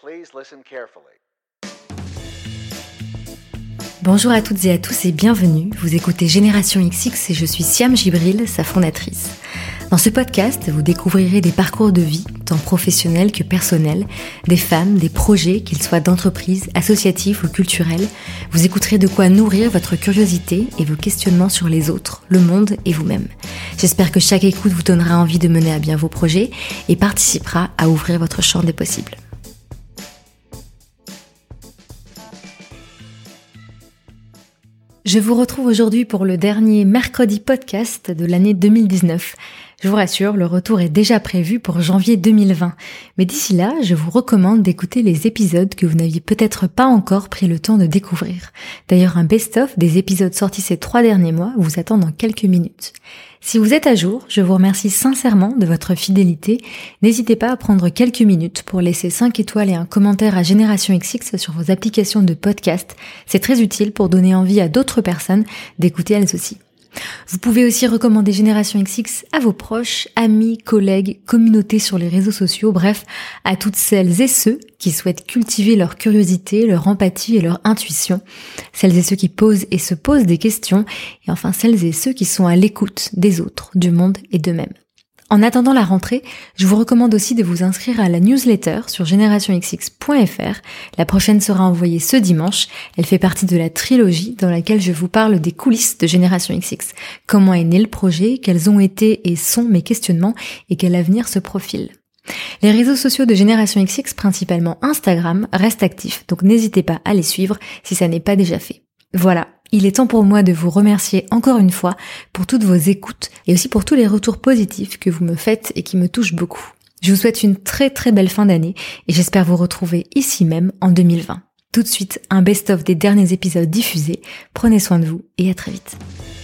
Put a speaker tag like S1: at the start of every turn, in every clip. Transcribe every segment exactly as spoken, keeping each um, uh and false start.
S1: Please listen carefully.
S2: Bonjour à toutes et à tous et bienvenue, vous écoutez Génération X X et je suis Siam Gibril, sa fondatrice. Dans ce podcast, vous découvrirez des parcours de vie, tant professionnels que personnels, des femmes, des projets, qu'ils soient d'entreprise, associatifs ou culturels. Vous écouterez de quoi nourrir votre curiosité et vos questionnements sur les autres, le monde et vous-même. J'espère que chaque écoute vous donnera envie de mener à bien vos projets et participera à ouvrir votre champ des possibles. Je vous retrouve aujourd'hui pour le dernier mercredi podcast de l'année deux mille dix-neuf. Je vous rassure, le retour est déjà prévu pour janvier deux mille vingt. Mais d'ici là, je vous recommande d'écouter les épisodes que vous n'aviez peut-être pas encore pris le temps de découvrir. D'ailleurs, un best-of des épisodes sortis ces trois derniers mois vous attend dans quelques minutes. Si vous êtes à jour, je vous remercie sincèrement de votre fidélité. N'hésitez pas à prendre quelques minutes pour laisser cinq étoiles et un commentaire à Génération X X sur vos applications de podcast. C'est très utile pour donner envie à d'autres personnes d'écouter elles aussi. Vous pouvez aussi recommander Génération X X à vos proches, amis, collègues, communautés sur les réseaux sociaux, bref, à toutes celles et ceux qui souhaitent cultiver leur curiosité, leur empathie et leur intuition, celles et ceux qui posent et se posent des questions, et enfin celles et ceux qui sont à l'écoute des autres, du monde et d'eux-mêmes. En attendant la rentrée, je vous recommande aussi de vous inscrire à la newsletter sur génération x x point f r. La prochaine sera envoyée ce dimanche. Elle fait partie de la trilogie dans laquelle je vous parle des coulisses de Génération X X. Comment est né le projet, quels ont été et sont mes questionnements et quel avenir se profile. Les réseaux sociaux de Génération X X, principalement Instagram, restent actifs, donc n'hésitez pas à les suivre si ça n'est pas déjà fait. Voilà. Il est temps pour moi de vous remercier encore une fois pour toutes vos écoutes et aussi pour tous les retours positifs que vous me faites et qui me touchent beaucoup. Je vous souhaite une très très belle fin d'année et j'espère vous retrouver ici même en deux mille vingt. Tout de suite, un best-of des derniers épisodes diffusés. Prenez soin de vous et à très vite.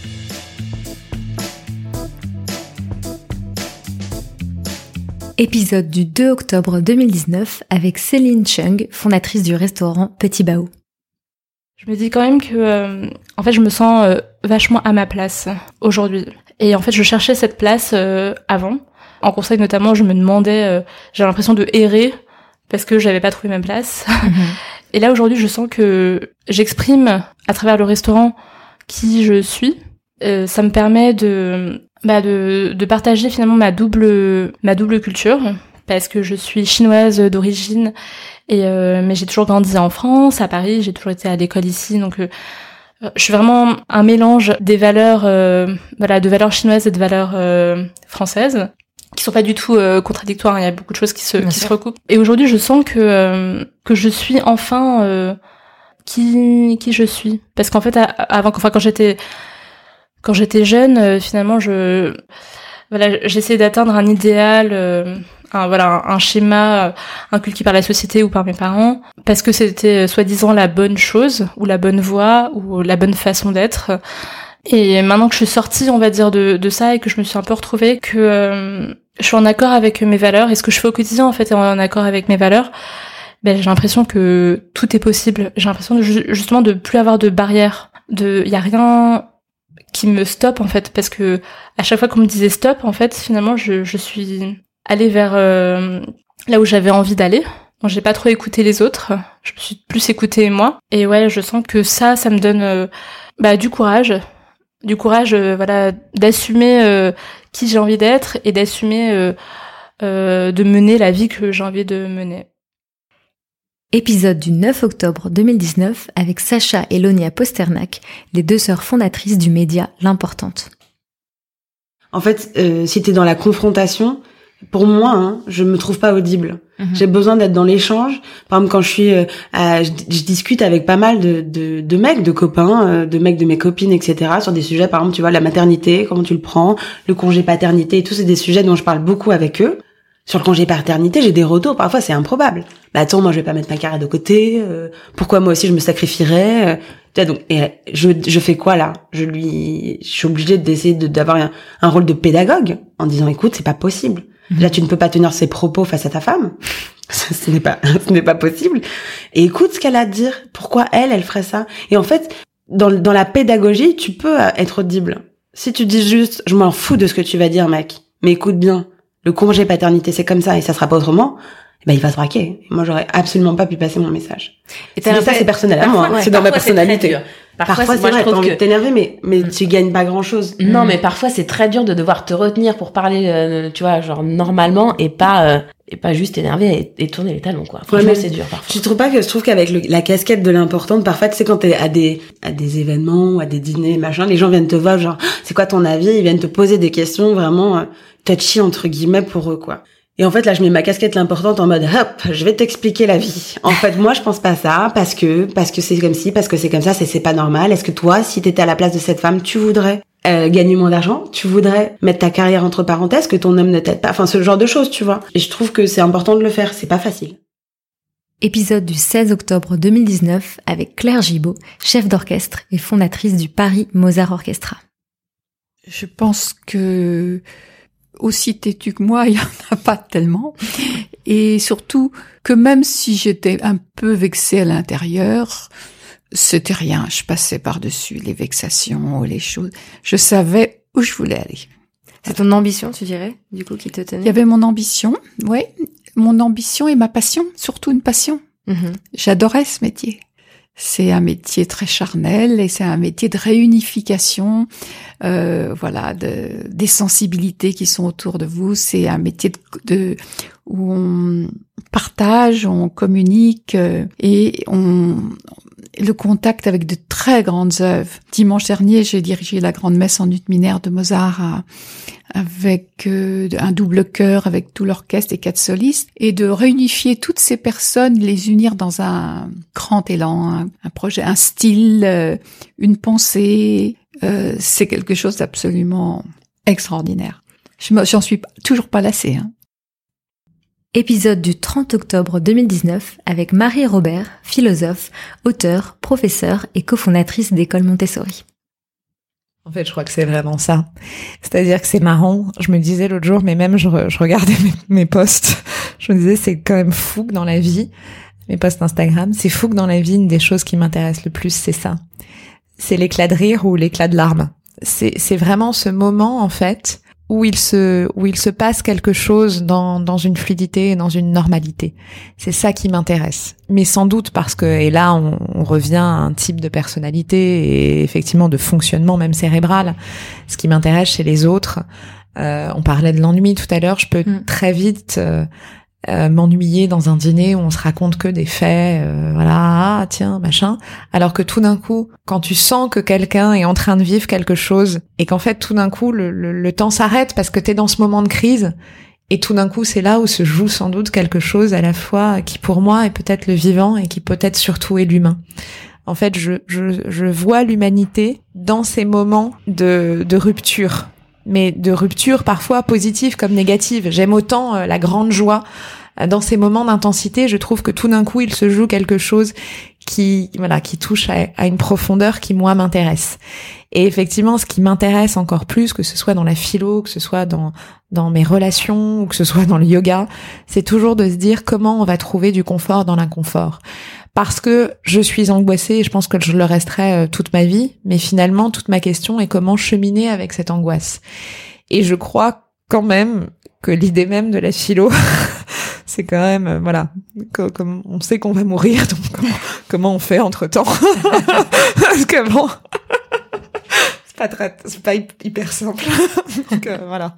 S2: Épisode du deux octobre deux mille dix-neuf avec Céline Chung, fondatrice du restaurant Petit Bao.
S3: Je me dis quand même que, euh, en fait, je me sens euh, vachement à ma place aujourd'hui. Et en fait, je cherchais cette place euh, avant. En conseil notamment, je me demandais, euh, j'ai l'impression de errer parce que j'avais pas trouvé ma place. Mm-hmm. Et là, aujourd'hui, je sens que j'exprime à travers le restaurant qui je suis. Euh, ça me permet de, bah, de, de partager finalement ma double, ma double culture. Parce que je suis chinoise d'origine, et euh, mais j'ai toujours grandi en France, à Paris, j'ai toujours été à l'école ici, donc euh, je suis vraiment un mélange des valeurs, euh, voilà, de valeurs chinoises et de valeurs euh, françaises, qui sont pas du tout euh, contradictoires. Il y a beaucoup de choses qui se, qui se recoupent. Et aujourd'hui, je sens que euh, que je suis enfin euh, qui qui je suis, parce qu'en fait, avant, enfin quand j'étais quand j'étais jeune, euh, finalement, je voilà, j'essayais d'atteindre un idéal. Euh, Un, voilà, un, un schéma euh, inculqué par la société ou par mes parents, parce que c'était euh, soi-disant la bonne chose, ou la bonne voie, ou la bonne façon d'être. Et maintenant que je suis sortie, on va dire, de, de ça, et que je me suis un peu retrouvée, que euh, je suis en accord avec mes valeurs, et ce que je fais au quotidien, en fait, est en accord avec mes valeurs, ben, j'ai l'impression que tout est possible. J'ai l'impression de, justement de plus avoir de barrières. De, y a rien qui me stoppe, en fait, parce que à chaque fois qu'on me disait stop, en fait, finalement, je, je suis aller vers euh, là où j'avais envie d'aller. Bon, j'ai pas trop écouté les autres, je me suis plus écoutée moi. Et ouais, je sens que ça, ça me donne euh, bah du courage, du courage, euh, voilà, d'assumer euh, qui j'ai envie d'être et d'assumer euh, euh, de mener la vie que j'ai envie de mener.
S2: Épisode du neuf octobre deux mille dix-neuf avec Sacha et Lonia Posternak, les deux sœurs fondatrices du média L'Importante.
S4: En fait, euh, si t'es dans la confrontation, pour moi, hein, je me trouve pas audible. Mmh. J'ai besoin d'être dans l'échange. Par exemple, quand je suis, euh, à, je, je discute avec pas mal de, de, de mecs, de copains, euh, de mecs de mes copines, et cetera, sur des sujets, par exemple, tu vois, la maternité, comment tu le prends, le congé paternité et tout, c'est des sujets dont je parle beaucoup avec eux. Sur le congé paternité, j'ai des retours, parfois c'est improbable. Bah attends, moi je vais pas mettre ma carrière de côté, euh, pourquoi moi aussi je me sacrifierais euh, tu vois, donc, et je, je fais quoi là? Je lui, je suis obligée d'essayer de, d'avoir un, un rôle de pédagogue, en disant écoute, c'est pas possible. Là, tu ne peux pas tenir ses propos face à ta femme. Ce n'est pas, ce n'est pas possible. Et écoute ce qu'elle a à dire. Pourquoi elle, elle ferait ça? Et en fait, dans, dans la pédagogie, tu peux être audible. Si tu dis juste, je m'en fous de ce que tu vas dire, mec, mais écoute bien, le congé paternité, c'est comme ça et ça sera pas autrement. ben il va se braquer. Moi, j'aurais absolument pas pu passer mon message.
S1: Et t'as
S4: mais ça, c'est personnel à moi.
S1: Ouais,
S4: c'est dans ma personnalité.
S1: Parfois,
S4: parfois c'est, c'est vrai, t'as envie que... de t'énerver, mais, mais tu gagnes pas grand chose.
S1: Non, mais parfois, c'est très dur de devoir te retenir pour parler, euh, tu vois, genre, normalement, et pas, euh, et pas juste t'énerver et, et tourner les talons, quoi. Franchement, ouais, c'est dur, parfois.
S4: Je trouve pas que, je trouve qu'avec le, la casquette de l'importante, parfois, tu sais, quand t'es à des, à des événements, ou à des dîners, machin, les gens viennent te voir, genre, c'est quoi ton avis? Ils viennent te poser des questions vraiment, euh, touchy, entre guillemets, pour eux, quoi. Et en fait, là, je mets ma casquette l'importante en mode, hop, je vais t'expliquer la vie. En fait, moi, je pense pas ça, parce que, parce que c'est comme ci, parce que c'est comme ça, c'est, c'est pas normal. Est-ce que toi, si t'étais à la place de cette femme, tu voudrais euh, gagner moins d'argent? Tu voudrais mettre ta carrière entre parenthèses, que ton homme ne t'aide pas? Enfin, ce genre de choses, tu vois. Et je trouve que c'est important de le faire. C'est pas facile.
S2: Épisode du seize octobre deux mille dix-neuf avec Claire Gibault, chef d'orchestre et fondatrice du Paris Mozart Orchestra.
S5: Je pense que aussi têtu que moi, il y en a pas tellement. Et surtout que même si j'étais un peu vexée à l'intérieur, c'était rien. Je passais par-dessus les vexations ou les choses. Je savais où je voulais aller.
S2: C'est ton ambition, tu dirais, du coup, qui te tenait?
S5: Il y avait mon ambition, oui. Mon ambition et ma passion, surtout une passion. Mm-hmm. J'adorais ce métier. C'est un métier très charnel et c'est un métier de réunification, euh, voilà, de, des sensibilités qui sont autour de vous. C'est un métier de, de où on partage, on communique euh, et on le contact avec de très grandes œuvres. Dimanche dernier, j'ai dirigé la grande messe en ut mineur de Mozart à, avec euh, un double chœur, avec tout l'orchestre et quatre solistes, et de réunifier toutes ces personnes, les unir dans un grand élan, un, un projet, un style, euh, une pensée. Euh, c'est quelque chose d'absolument extraordinaire. Je me, j'en suis toujours pas lassée, hein.
S2: Épisode du trente octobre deux mille dix-neuf avec Marie Robert, philosophe, auteure, professeure et cofondatrice d'École Montessori.
S6: En fait, je crois que c'est vraiment ça. C'est-à-dire que c'est marrant. Je me disais l'autre jour, mais même je, re, je regardais mes, mes posts, je me disais c'est quand même fou que dans la vie, mes posts Instagram, c'est fou que dans la vie, une des choses qui m'intéresse le plus, c'est ça. C'est l'éclat de rire ou l'éclat de larmes. C'est, c'est vraiment ce moment, en fait, où il se où il se passe quelque chose dans dans une fluidité et dans une normalité. C'est ça qui m'intéresse. Mais sans doute parce que, et là on, on revient à un type de personnalité et effectivement de fonctionnement même cérébral. Ce qui m'intéresse chez les autres, euh, on parlait de l'ennui tout à l'heure, je peux mmh. très vite euh, euh, m'ennuyer dans un dîner où on se raconte que des faits, euh, voilà, ah, tiens, machin. Alors que tout d'un coup, quand tu sens que quelqu'un est en train de vivre quelque chose et qu'en fait tout d'un coup le, le, le temps s'arrête parce que t'es dans ce moment de crise et tout d'un coup c'est là où se joue sans doute quelque chose à la fois qui pour moi est peut-être le vivant et qui peut-être surtout est l'humain. En fait, je, je, je vois l'humanité dans ces moments de, de rupture. Mais de rupture parfois positive comme négative. J'aime autant euh, la grande joie. Dans ces moments d'intensité, je trouve que tout d'un coup, il se joue quelque chose qui, voilà, qui touche à, à une profondeur qui, moi, m'intéresse. Et effectivement, ce qui m'intéresse encore plus, que ce soit dans la philo, que ce soit dans, dans mes relations, ou que ce soit dans le yoga, c'est toujours de se dire comment on va trouver du confort dans l'inconfort. Parce que je suis angoissée et je pense que je le resterai toute ma vie, mais finalement, toute ma question est comment cheminer avec cette angoisse. Et je crois quand même que l'idée même de la philo, c'est quand même, euh, voilà, comme on sait qu'on va mourir, donc comment, comment on fait entre-temps. Parce que bon, c'est pas très, c'est pas hyper simple. Donc euh, voilà.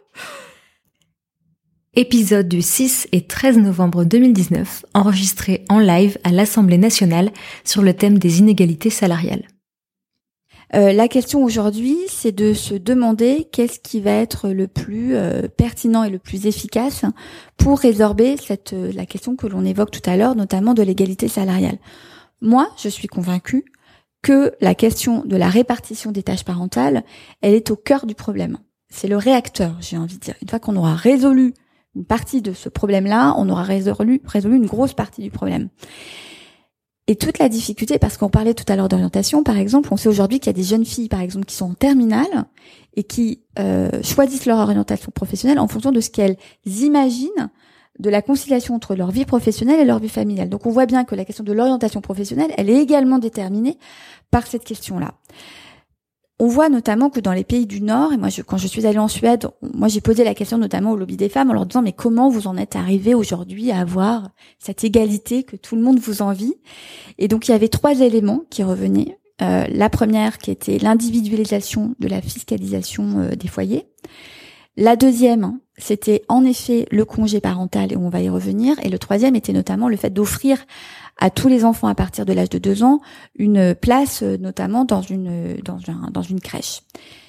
S2: Épisode du six et treize novembre deux mille dix-neuf, enregistré en live à l'Assemblée nationale sur le thème des inégalités salariales.
S7: Euh, la question aujourd'hui, c'est de se demander qu'est-ce qui va être le plus euh, pertinent et le plus efficace pour résorber cette euh, la question que l'on évoque tout à l'heure, notamment de l'égalité salariale. Moi, je suis convaincue que la question de la répartition des tâches parentales, elle est au cœur du problème. C'est le réacteur, j'ai envie de dire. Une fois qu'on aura résolu une partie de ce problème-là, on aura résolu, résolu une grosse partie du problème. Et toute la difficulté, parce qu'on parlait tout à l'heure d'orientation, par exemple, on sait aujourd'hui qu'il y a des jeunes filles, par exemple, qui sont en terminale et qui euh, choisissent leur orientation professionnelle en fonction de ce qu'elles imaginent de la conciliation entre leur vie professionnelle et leur vie familiale. Donc on voit bien que la question de l'orientation professionnelle, elle est également déterminée par cette question-là. On voit notamment que dans les pays du Nord, et moi je, quand je suis allée en Suède, moi j'ai posé la question notamment au lobby des femmes en leur disant mais comment vous en êtes arrivés aujourd'hui à avoir cette égalité que tout le monde vous envie? Et donc il y avait trois éléments qui revenaient. Euh, la première qui était l'individualisation de la fiscalisation euh, des foyers. La deuxième, c'était en effet le congé parental et on va y revenir. Et le troisième était notamment le fait d'offrir à tous les enfants à partir de l'âge de deux ans une place, notamment dans une dans un, dans une crèche.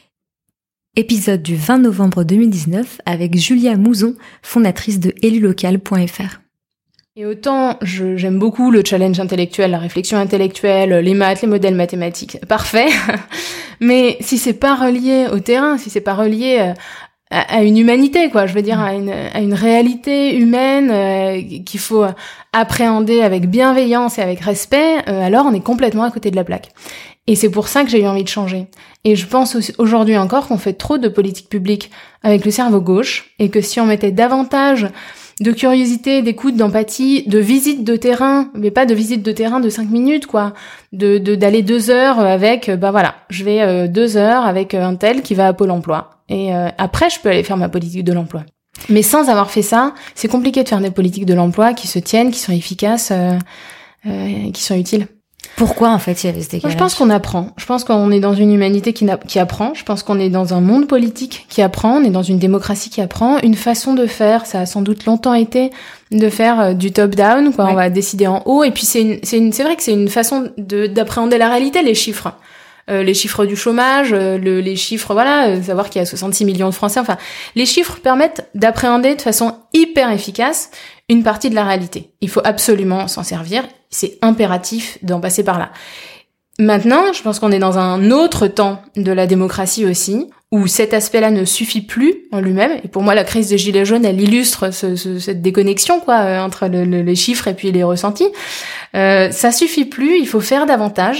S2: Épisode du vingt novembre deux mille dix-neuf avec Julia Mouzon, fondatrice de élu local point f r.
S3: Et autant je, j'aime beaucoup le challenge intellectuel, la réflexion intellectuelle, les maths, les modèles mathématiques, parfait. Mais si c'est pas relié au terrain, si c'est pas relié à, à une humanité, quoi, je veux dire à une, à une réalité humaine euh, qu'il faut appréhender avec bienveillance et avec respect, euh, alors on est complètement à côté de la plaque. Et c'est pour ça que j'ai eu envie de changer. Et je pense aussi, aujourd'hui encore qu'on fait trop de politique publique avec le cerveau gauche et que si on mettait davantage de curiosité, d'écoute, d'empathie, de visite de terrain, mais pas de visite de terrain de cinq minutes, quoi. De, de, d'aller deux heures avec, bah voilà, je vais euh, deux heures avec un tel qui va à Pôle emploi. Et euh, après, je peux aller faire ma politique de l'emploi. Mais sans avoir fait ça, c'est compliqué de faire des politiques de l'emploi qui se tiennent, qui sont efficaces, euh, euh, qui sont utiles.
S2: Pourquoi, en fait, il y avait ce décalage ?
S3: Je pense qu'on apprend. Je pense qu'on est dans une humanité qui, n'a, qui apprend. Je pense qu'on est dans un monde politique qui apprend. On est dans une démocratie qui apprend. Une façon de faire, ça a sans doute longtemps été de faire euh, du top-down, quoi. Ouais. On va décider en haut. Et puis, c'est une, c'est une, c'est vrai que c'est une façon de, d'appréhender la réalité, les chiffres. Euh, les chiffres du chômage, euh, le, les chiffres, voilà, euh, savoir qu'il y a soixante-six millions de Français. Enfin, les chiffres permettent d'appréhender de façon hyper efficace une partie de la réalité. Il faut absolument s'en servir. C'est impératif d'en passer par là. Maintenant, je pense qu'on est dans un autre temps de la démocratie aussi, où cet aspect-là ne suffit plus en lui-même. Et pour moi, la crise des Gilets jaunes, elle illustre ce, ce, cette déconnexion, quoi, euh, entre le, le, les chiffres et puis les ressentis. Euh, ça suffit plus. Il faut faire davantage.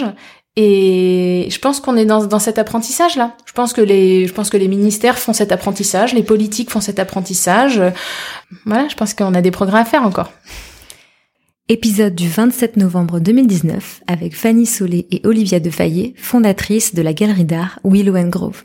S3: Et je pense qu'on est dans, dans cet apprentissage-là. Je pense que les, je pense que les ministères font cet apprentissage, les politiques font cet apprentissage. Voilà, je pense qu'on a des progrès à faire encore.
S2: Épisode du vingt-sept novembre deux mille dix-neuf avec Fanny Solé et Olivia Defayet, fondatrices de la galerie d'art Willow and Grove.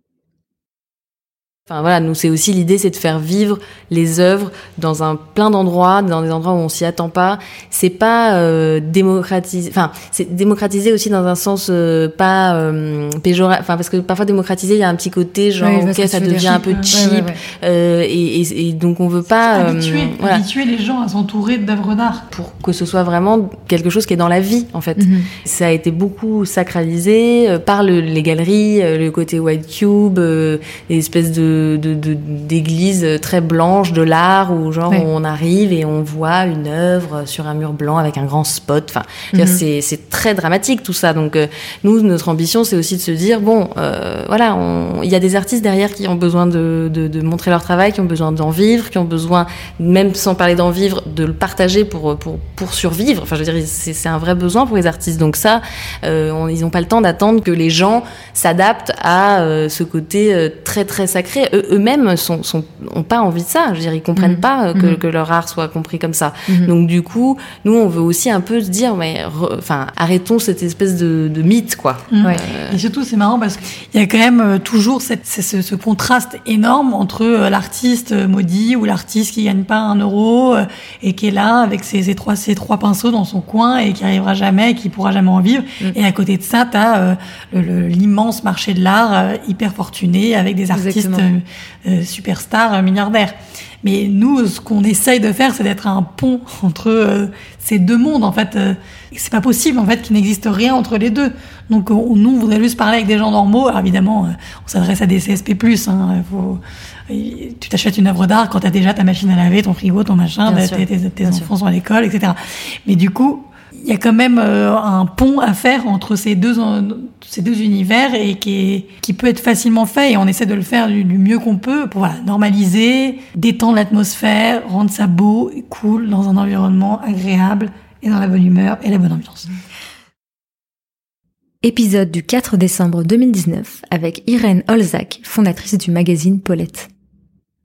S1: Enfin voilà, nous c'est aussi l'idée, c'est de faire vivre les œuvres dans un plein d'endroits, dans des endroits où on s'y attend pas. C'est pas euh, démocratiser, enfin c'est démocratiser aussi dans un sens euh, pas euh, péjoratif, enfin parce que parfois démocratiser, il y a un petit côté genre oui, ok ça devient un peu cheap, ouais, ouais, ouais. Euh, et, et, et donc on veut pas
S8: euh, habituer, voilà. habituer les gens à s'entourer d'œuvres d'art
S1: pour que ce soit vraiment quelque chose qui est dans la vie en fait. Mm-hmm. Ça a été beaucoup sacralisé euh, par le, les galeries, euh, le côté white cube, euh, les espèces de De, de, d'églises très blanches de l'art où genre oui. on arrive et on voit une œuvre sur un mur blanc avec un grand spot. Enfin, mm-hmm. c'est, c'est très dramatique tout ça. Donc euh, nous, notre ambition, c'est aussi de se dire bon, euh, voilà, il y a des artistes derrière qui ont besoin de, de, de montrer leur travail, qui ont besoin d'en vivre, qui ont besoin, même sans parler d'en vivre, de le partager pour pour pour survivre. Enfin, je veux dire, c'est, c'est un vrai besoin pour les artistes. Donc ça, euh, on, ils n'ont pas le temps d'attendre que les gens s'adaptent à euh, ce côté euh, très très sacré. Eux, eux-mêmes sont, sont, ont pas envie de ça. Je veux dire, ils comprennent mmh. pas que, mmh. que leur art soit compris comme ça. Mmh. Donc, du coup, nous, on veut aussi un peu se dire, mais, enfin, arrêtons cette espèce de, de mythe, quoi.
S8: Mmh. Ouais. Euh... Et surtout, c'est marrant parce qu'il y a quand même euh, toujours cette, ce, ce contraste énorme entre euh, l'artiste maudit ou l'artiste qui gagne pas un euro euh, et qui est là avec ses, ses trois, ses trois pinceaux dans son coin et qui arrivera jamais et qui pourra jamais en vivre. Mmh. Et à côté de ça, t'as euh, le, le, l'immense marché de l'art euh, hyper fortuné avec des artistes euh, Euh, superstar, euh, milliardaire. Mais nous, ce qu'on essaye de faire, c'est d'être un pont entre euh, ces deux mondes. En fait, euh, c'est pas possible en fait qu'il n'existe rien entre les deux. Donc, on, nous, on voudrait juste parler avec des gens normaux. Alors, évidemment, euh, on s'adresse à des C S P plus. Hein, faut, euh, tu t'achètes une œuvre d'art quand t'as déjà ta machine à laver, ton frigo, ton machin, tes, tes, tes, tes enfants sûr. sont à l'école, et cetera. Mais du coup, il y a quand même euh, un pont à faire entre ces deux ces deux univers et qui est, qui peut être facilement fait et on essaie de le faire du, du mieux qu'on peut pour voilà, normaliser, détendre l'atmosphère, rendre ça beau et cool dans un environnement agréable et dans la bonne humeur et la bonne ambiance.
S2: Épisode du quatre décembre deux mille dix-neuf avec Irène Olzac, fondatrice du magazine Paulette.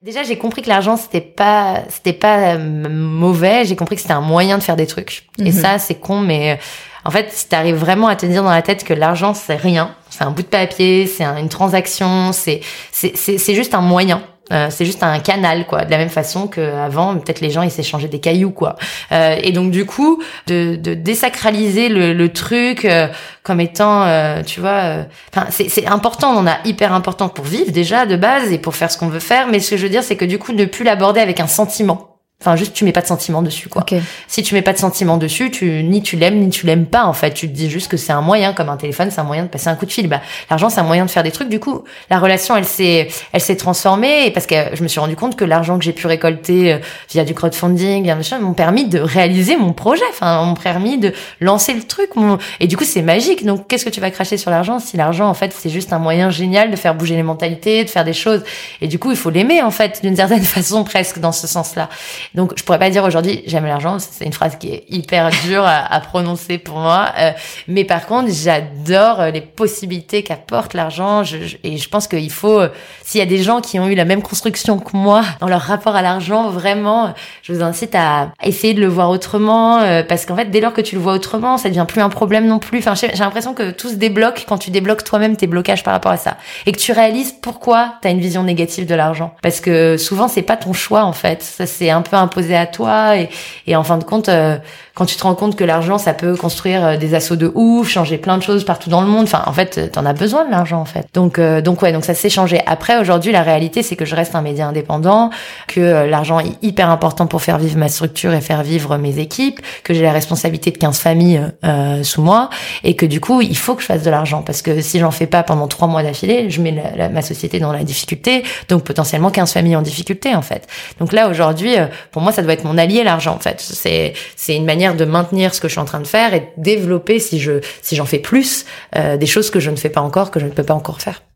S1: Déjà, j'ai compris que l'argent, c'était pas, c'était pas mauvais. J'ai compris que c'était un moyen de faire des trucs. Mm-hmm. Et ça, c'est con, mais en fait, si t'arrives vraiment à te dire dans la tête que l'argent, c'est rien, c'est un bout de papier, c'est un, une transaction, c'est, c'est, c'est, c'est juste un moyen. Euh, c'est juste un canal, quoi. De la même façon qu'avant, peut-être les gens ils s'échangeaient des cailloux, quoi. Euh, et donc du coup, de, de désacraliser le, le truc euh, comme étant, euh, tu vois, enfin euh, c'est, c'est important, on en a hyper important pour vivre déjà de base et pour faire ce qu'on veut faire. Mais ce que je veux dire, c'est que du coup, ne plus l'aborder avec un sentiment. Enfin, juste, tu mets pas de sentiment dessus, quoi. Okay. Si tu mets pas de sentiment dessus, tu, ni tu l'aimes, ni tu l'aimes pas, en fait. Tu te dis juste que c'est un moyen, comme un téléphone, c'est un moyen de passer un coup de fil. Bah, l'argent, c'est un moyen de faire des trucs. Du coup, la relation, elle s'est, elle s'est transformée parce que je me suis rendu compte que l'argent que j'ai pu récolter via du crowdfunding, via machin, m'ont permis de réaliser mon projet. Enfin, m'ont permis de lancer le truc. Mon... Et du coup, c'est magique. Donc, qu'est-ce que tu vas cracher sur l'argent si l'argent, en fait, c'est juste un moyen génial de faire bouger les mentalités, de faire des choses. Et du coup, il faut l'aimer, en fait, d'une certaine façon, presque, dans ce sens-là. Donc, je pourrais pas dire aujourd'hui j'aime l'argent, c'est une phrase qui est hyper dure à, à prononcer pour moi, euh, mais par contre j'adore les possibilités qu'apporte l'argent. Je, je, et je pense qu'il faut, euh, s'il y a des gens qui ont eu la même construction que moi dans leur rapport à l'argent, vraiment je vous incite à essayer de le voir autrement, euh, parce qu'en fait dès lors que tu le vois autrement, ça devient plus un problème non plus. Enfin j'ai, j'ai l'impression que tout se débloque quand tu débloques toi-même tes blocages par rapport à ça et que tu réalises pourquoi t'as une vision négative de l'argent, parce que souvent c'est pas ton choix en fait, ça c'est un peu imposé à toi et, et en fin de compte euh, quand tu te rends compte que l'argent ça peut construire des assauts de ouf, changer plein de choses partout dans le monde, enfin en fait t'en as besoin de l'argent en fait. Donc euh, donc ouais, donc ça s'est changé. Après aujourd'hui la réalité c'est que je reste un média indépendant, que euh, l'argent est hyper important pour faire vivre ma structure et faire vivre mes équipes, que j'ai la responsabilité de quinze familles euh, sous moi et que du coup il faut que je fasse de l'argent parce que si j'en fais pas pendant trois mois d'affilée, je mets la, la, ma société dans la difficulté, donc potentiellement quinze familles en difficulté en fait. Donc là aujourd'hui euh, pour moi ça doit être mon allié l'argent en fait. C'est c'est une manière de maintenir ce que je suis en train de faire et de développer si je si j'en fais plus euh, des choses que je ne fais pas encore, que je ne peux pas encore faire.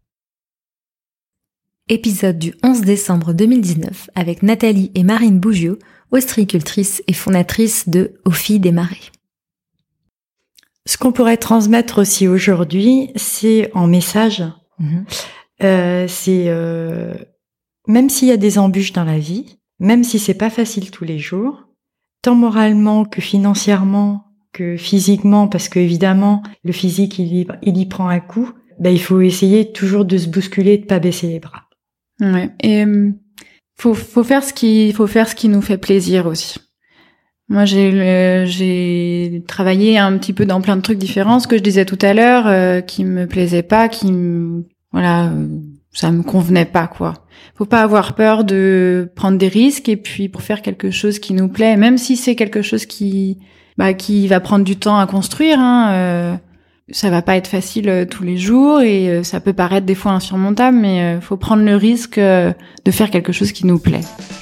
S2: Épisode du onze décembre deux mille dix-neuf avec Nathalie et Marine Bougiot, ostréicultrice et fondatrice de Aux Filles des Marais.
S9: Ce qu'on pourrait transmettre aussi aujourd'hui, c'est en message, mmh. euh, c'est euh, même s'il y a des embûches dans la vie, même si c'est pas facile tous les jours, tant moralement que financièrement, que physiquement, parce que évidemment le physique il y, il y prend un coup, ben il faut essayer toujours de se bousculer, de pas baisser les bras.
S10: Ouais. Et euh, faut faut faire ce qui faut faire ce qui nous fait plaisir aussi. Moi j'ai euh, j'ai travaillé un petit peu dans plein de trucs différents, ce que je disais tout à l'heure, euh, qui me plaisait pas, qui me voilà. Euh, ça me convenait pas, quoi. Faut pas avoir peur de prendre des risques et puis pour faire quelque chose qui nous plaît, même si c'est quelque chose qui, bah, qui va prendre du temps à construire, hein, euh, ça va pas être facile euh, tous les jours et euh, ça peut paraître des fois insurmontable, mais euh, faut prendre le risque euh, de faire quelque chose qui nous plaît.